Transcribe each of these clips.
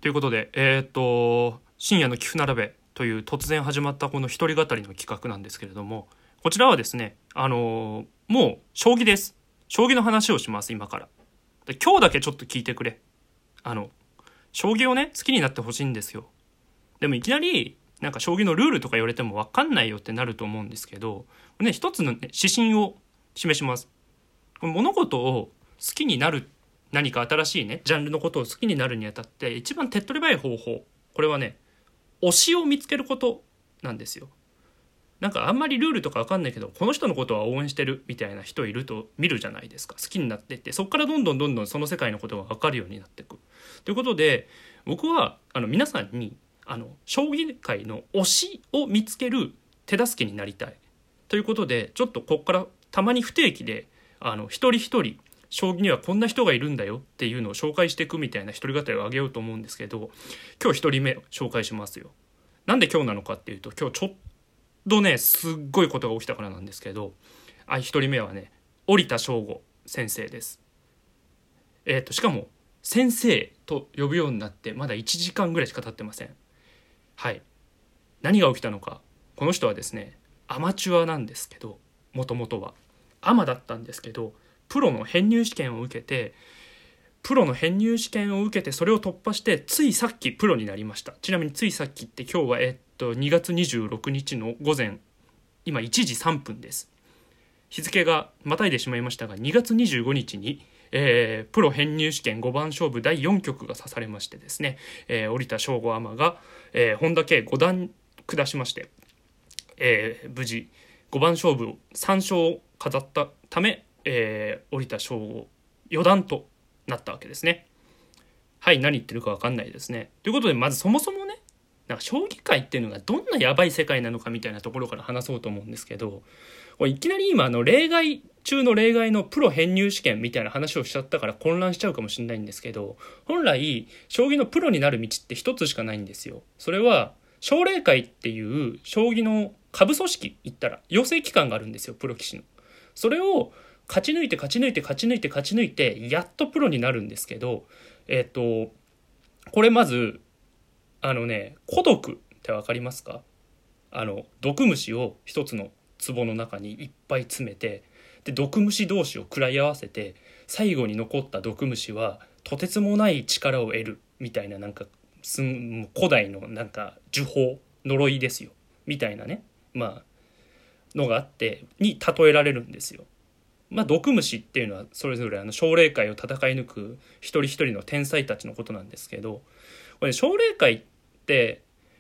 ということで、深夜の寄付並べという突然始まったこの一人語りの企画なんですけれども、こちらはですね、もう将棋です。将棋の話をします、今から。で、今日だけちょっと聞いてくれ。将棋をね、好きになってほしいんですよ。でもいきなり、なんか将棋のルールとか言われても分かんないよってなると思うんですけど、ね、一つの、ね、指針を示します。物事を好きになる、何か新しいね、ジャンルのことを好きになるにあたって一番手っ取り早い方法、これはね、推しを見つけることなんですよ。なんかあんまりルールとか分かんないけど、この人のことは応援してるみたいな人いると見るじゃないですか。好きになってって、そこからどんどんその世界のことが分かるようになっていくということで、僕は皆さんに将棋界の推しを見つける手助けになりたいということで、ちょっとここからたまに不定期で一人一人将棋にはこんな人がいるんだよっていうのを紹介していくみたいな一人語りをあげようと思うんですけど、今日一人目紹介しますよ。なんで今日なのかっていうと、今日ちょっとねすっごいことが起きたからなんですけど、一人目はね、織田翔吾先生です。しかも先生と呼ぶようになってまだ1時間ぐらいしか経ってません。はい、何が起きたのか。この人はですね、アマチュアなんですけど、もともとはアマだったんですけど、プロの編入試験を受けて、それを突破して、ついさっきプロになりました。ちなみについさっきって今日は2月26日の午前、今1時3分です。日付がまたいでしまいましたが、2月25日に、プロ編入試験5番勝負第4局が指されましてですね、織田翔吾アマが、本田圭5段下しまして、無事5番勝負3勝を飾ったため、織田翔吾四段となったわけですね。はい、何言ってるか分かんないですね。ということで、まずそもそもね、なんか将棋界っていうのがどんなやばい世界なのかみたいなところから話そうと思うんですけど、これいきなり今例外中の例外のプロ編入試験みたいな話をしちゃったから混乱しちゃうかもしれないんですけど、本来将棋のプロになる道って一つしかないんですよ。それは奨励会っていう将棋の下部組織、言ったら養成機関があるんですよ、プロ棋士の。それを勝ち抜いてやっとプロになるんですけど、これまず孤独って分かりますか？毒虫を一つの壺の中にいっぱい詰めて、で毒虫同士を食らい合わせて、最後に残った毒虫はとてつもない力を得るみたいな、なんか古代のなんか呪法、呪いですよみたいなね、のがあってに例えられるんですよ。毒虫っていうのはそれぞれ奨励会を戦い抜く一人一人の天才たちのことなんですけど、これ奨励会って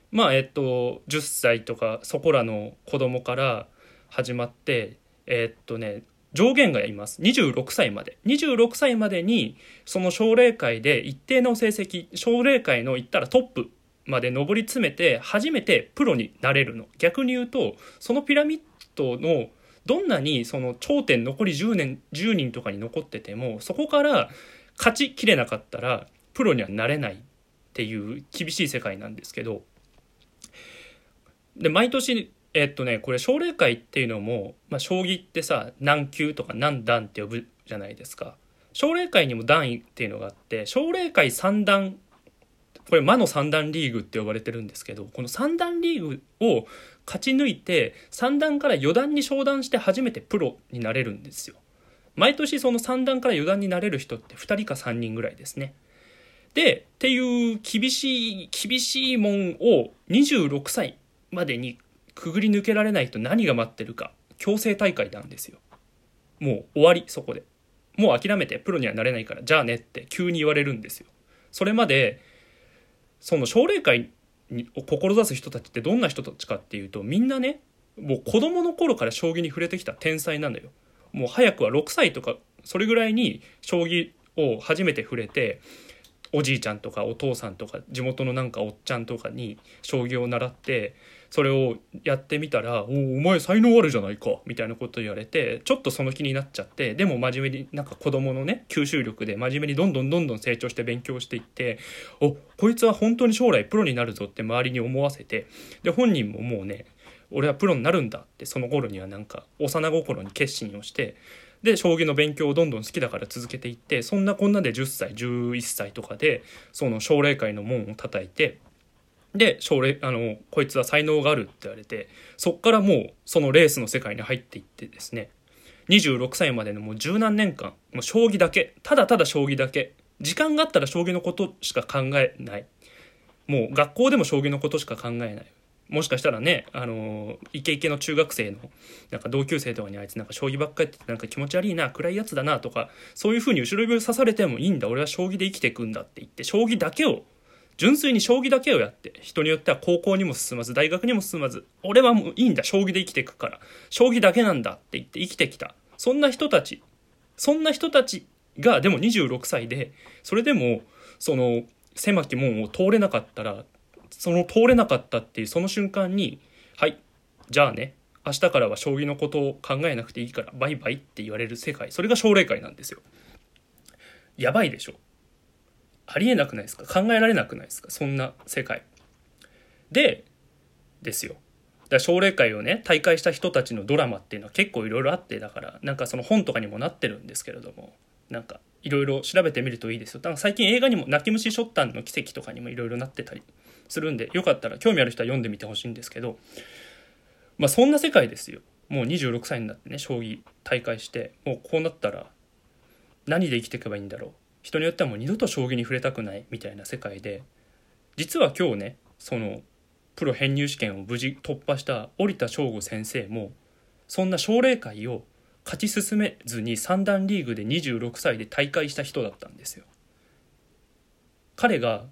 10歳とかそこらの子供から始まって、上限がいます。26歳までにその奨励会で一定の成績、奨励会の言ったらトップまで上り詰めて初めてプロになれるの。逆に言うと、そのピラミッドのどんなにその頂点残り10人とかに残ってても、そこから勝ちきれなかったらプロにはなれないっていう厳しい世界なんですけど、で毎年これ奨励会っていうのも、将棋ってさ、何級とか何段って呼ぶじゃないですか。奨励会にも段位っていうのがあって、奨励会3段、これ魔の3段リーグって呼ばれてるんですけど、この3段リーグを勝ち抜いて3段から4段に昇段して初めてプロになれるんですよ。毎年その3段から4段になれる人って2人か3人ぐらいですね。でっていう厳しいもんを26歳までにくぐり抜けられないと何が待ってるか、強制大会なんですよ。もう終わり、そこでもう諦めて、プロにはなれないからじゃあねって急に言われるんですよ。それまでその奨励会を志す人たちってどんな人たちかっていうと、みんなね、もう子供の頃から将棋に触れてきた天才なのよ。もう早くは6歳とかそれぐらいに将棋を初めて触れて、おじいちゃんとかお父さんとか地元のなんかおっちゃんとかに将棋を習って、それをやってみたら、お前才能あるじゃないかみたいなことを言われて、ちょっとその気になっちゃって、でも真面目になんか子供のね吸収力で真面目にどんどん成長して勉強していって、こいつは本当に将来プロになるぞって周りに思わせて、で本人ももうね、俺はプロになるんだってその頃にはなんか幼心に決心をして、 で将棋の勉強をどんどん好きだから続けていって、そんなこんなで10歳11歳とかでその奨励会の門を叩いて、でこいつは才能があるって言われて、そっからもうそのレースの世界に入っていってですね、26歳までのもう十何年間、もう将棋だけ、ただただ将棋だけ、時間があったら将棋のことしか考えない、もう学校でも将棋のことしか考えない、もしかしたらね、イケイケの中学生のなんか同級生とかに、あいつなんか将棋ばっかりやっててなんか気持ち悪いな、暗いやつだなとか、そういう風に後ろ指を刺されてもいいんだ、俺は将棋で生きていくんだって言って、将棋だけを、純粋に将棋だけをやって、人によっては高校にも進まず大学にも進まず、俺はもういいんだ、将棋で生きていくから将棋だけなんだって言って生きてきた、そんな人たちがでも26歳で、それでもその狭き門を通れなかったら、その通れなかったっていうその瞬間に、はい、じゃあね、明日からは将棋のことを考えなくていいからバイバイって言われる世界、それが奨励会なんですよ。やばいでしょ。ありえなくないですか、考えられなくないですか、そんな世界ですよ。だから奨励会をね退会した人たちのドラマっていうのは結構いろいろあって、だからなんかその本とかにもなってるんですけれども、なんかいろいろ調べてみるといいですよ。だから最近映画にも泣き虫ショッタンの奇跡とかにもいろいろなってたりするんで、よかったら興味ある人は読んでみてほしいんですけど、まあそんな世界ですよ。もう26歳になってね将棋大会して、もうこうなったら何で生きていけばいいんだろう、人によってはもう二度と将棋に触れたくないみたいな世界で、実は今日ねそのプロ編入試験を無事突破した織田翔吾先生も、そんな奨励会を勝ち進めずに三段リーグで26歳で大会した人だったんですよ。彼が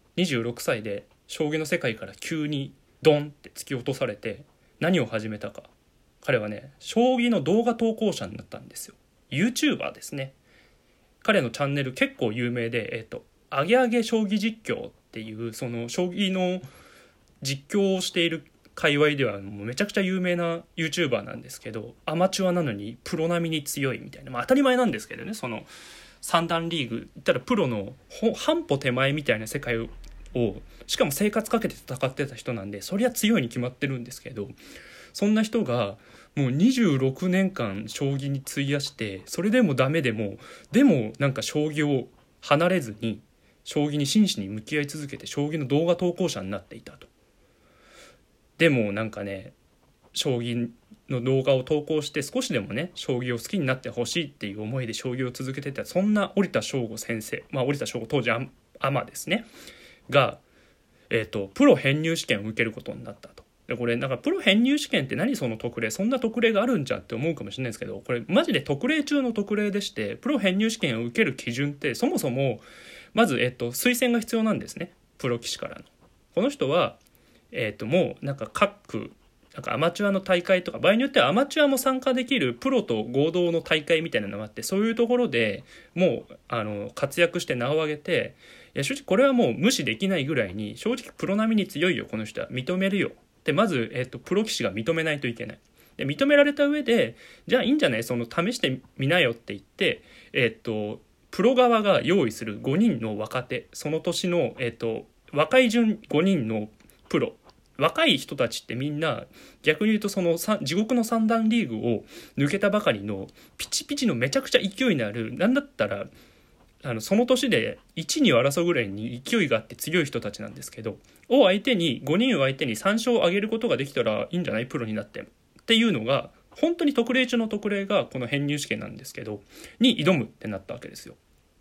26歳で将棋の世界から急にドンって突き落とされて何を始めたか、彼はね将棋の動画投稿者になったんですよ。 YouTuber ですね。彼のチャンネル結構有名で、アゲアゲ将棋実況っていう、その将棋の実況をしている界隈ではもうめちゃくちゃ有名な YouTuber なんですけど、アマチュアなのにプロ並みに強いみたいな、まあ当たり前なんですけどね、その三段リーグ言ったらプロの半歩手前みたいな世界を、しかも生活かけて戦ってた人なんで、そりゃ強いに決まってるんですけど、そんな人がもう26年間将棋に費やして、それでもダメでもなんか将棋を離れずに将棋に真摯に向き合い続けて将棋の動画投稿者になっていたと。でもなんかね、将棋の動画を投稿して少しでもね将棋を好きになってほしいっていう思いで将棋を続けてた、そんな織田翔吾先生、まあ織田翔吾当時アマですねが、プロ編入試験を受けることになったと。でこれなんかプロ編入試験って何その特例、そんな特例があるんじゃって思うかもしれないですけど、これマジで特例中の特例でして、プロ編入試験を受ける基準ってそもそもまず、推薦が必要なんですね、プロ棋士からの。この人は、もうなんか各なんかアマチュアの大会とか、場合によってはアマチュアも参加できるプロと合同の大会みたいなのがあって、そういうところでもう活躍して名を上げて、いや正直これはもう無視できないぐらいに正直プロ並みに強いよこの人は、認めるよで、まず、プロ棋士が認めないといけない。で認められた上で、じゃあいいんじゃない、その試してみなよって言って、プロ側が用意する5人の若手、その年の、若い順5人のプロ、若い人たちってみんな逆に言うとその地獄の三段リーグを抜けたばかりのピチピチのめちゃくちゃ勢いのある、なんだったらその年で1、2を争うぐらいに勢いがあって強い人たちなんですけど、を相手に5人を相手に3勝を挙げることができたらいいんじゃない、プロになってっていうのが本当に特例中の特例がこの編入試験なんですけどに挑むってなったわけですよ。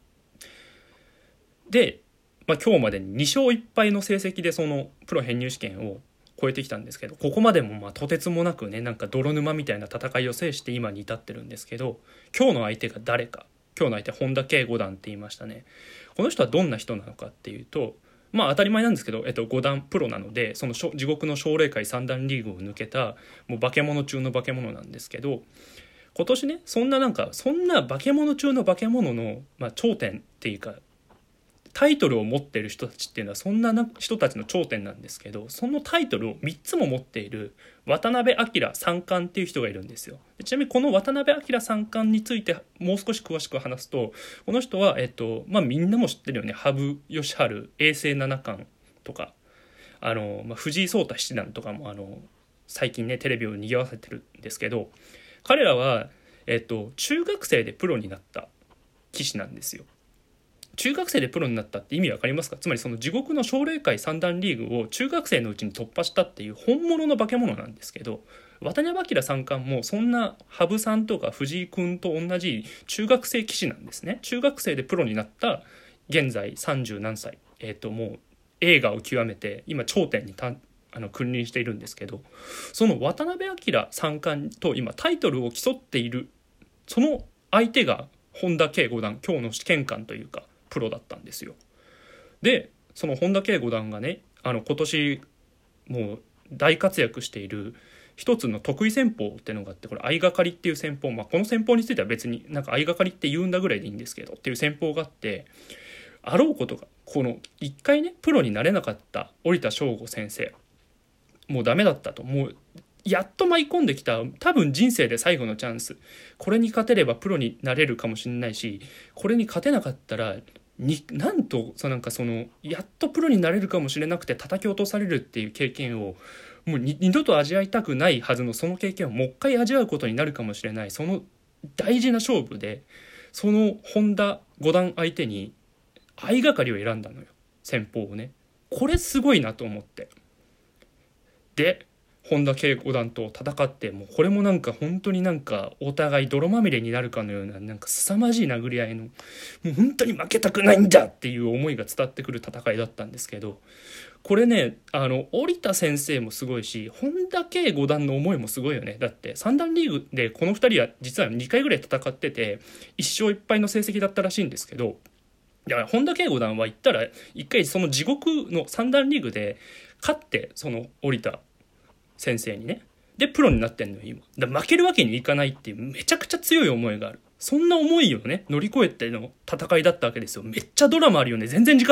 で、今日までに2勝1敗の成績でそのプロ編入試験を超えてきたんですけど、ここまでもとてつもなくね、なんか泥沼みたいな戦いを制して今に至ってるんですけど、今日の相手が誰か、今日の相手は本田圭五段って言いましたね。この人はどんな人なのかっていうと、当たり前なんですけど、五段プロなので、その地獄の奨励会三段リーグを抜けたもう化け物中の化け物なんですけど、今年ね、そんな化け物中の化け物の、頂点っていうかタイトルを持っている人たちっていうのはそんな人たちの頂点なんですけど、そのタイトルを3つも持っている渡辺明三冠っていう人がいるんですよ。ちなみにこの渡辺明三冠についてもう少し詳しく話すと、この人は、みんなも知ってるよね、羽生善治永世七冠とか藤井聡太七段とかも最近ねテレビを賑わせてるんですけど、彼らは中学生でプロになった棋士なんですよ。中学生でプロになったって意味わかりますか？つまりその地獄の奨励会三段リーグを中学生のうちに突破したっていう本物の化け物なんですけど、渡辺明三冠もそんな羽生さんとか藤井君と同じ中学生棋士なんですね。中学生でプロになった現在30何歳、もう映画を極めて今頂点に君臨しているんですけど、その渡辺明三冠と今タイトルを競っているその相手が本田圭五段、今日の試験官というかプロだったんですよ。でその本田圭五段がね、今年もう大活躍している一つの得意戦法っていうのがあって、これ相掛かりっていう戦法、この戦法については別になんか相掛かりって言うんだぐらいでいいんですけどっていう戦法があって、あろうことがこの一回ねプロになれなかった折田翔吾先生、もうダメだったと、もうやっと舞い込んできた多分人生で最後のチャンス、これに勝てればプロになれるかもしれないし、これに勝てなかったらなんとやっとプロになれるかもしれなくて叩き落とされるっていう経験をもう二度と味わいたくないはずのその経験をもう一回味わうことになるかもしれない、その大事な勝負でその本田五段相手に相掛かりを選んだのよ、戦法をね。これすごいなと思って、で本田圭五段と戦って、もうこれもなんか本当になんかお互い泥まみれになるかのようななんか凄まじい殴り合いの、もう本当に負けたくないんだっていう思いが伝わってくる戦いだったんですけど、これね折田先生もすごいし本田圭五段の思いもすごいよね。だって三段リーグでこの2人は実は2回ぐらい戦ってて1勝1敗の成績だったらしいんですけど、だから本田圭五段は言ったら1回その地獄の三段リーグで勝ってその折田先生にね、でプロになってんのよ今。だ負けるわけにいかないっていうめちゃくちゃ強い思いがある。そんな思いをね乗り越えての戦いだったわけですよ。めっちゃドラマあるよね。全然時間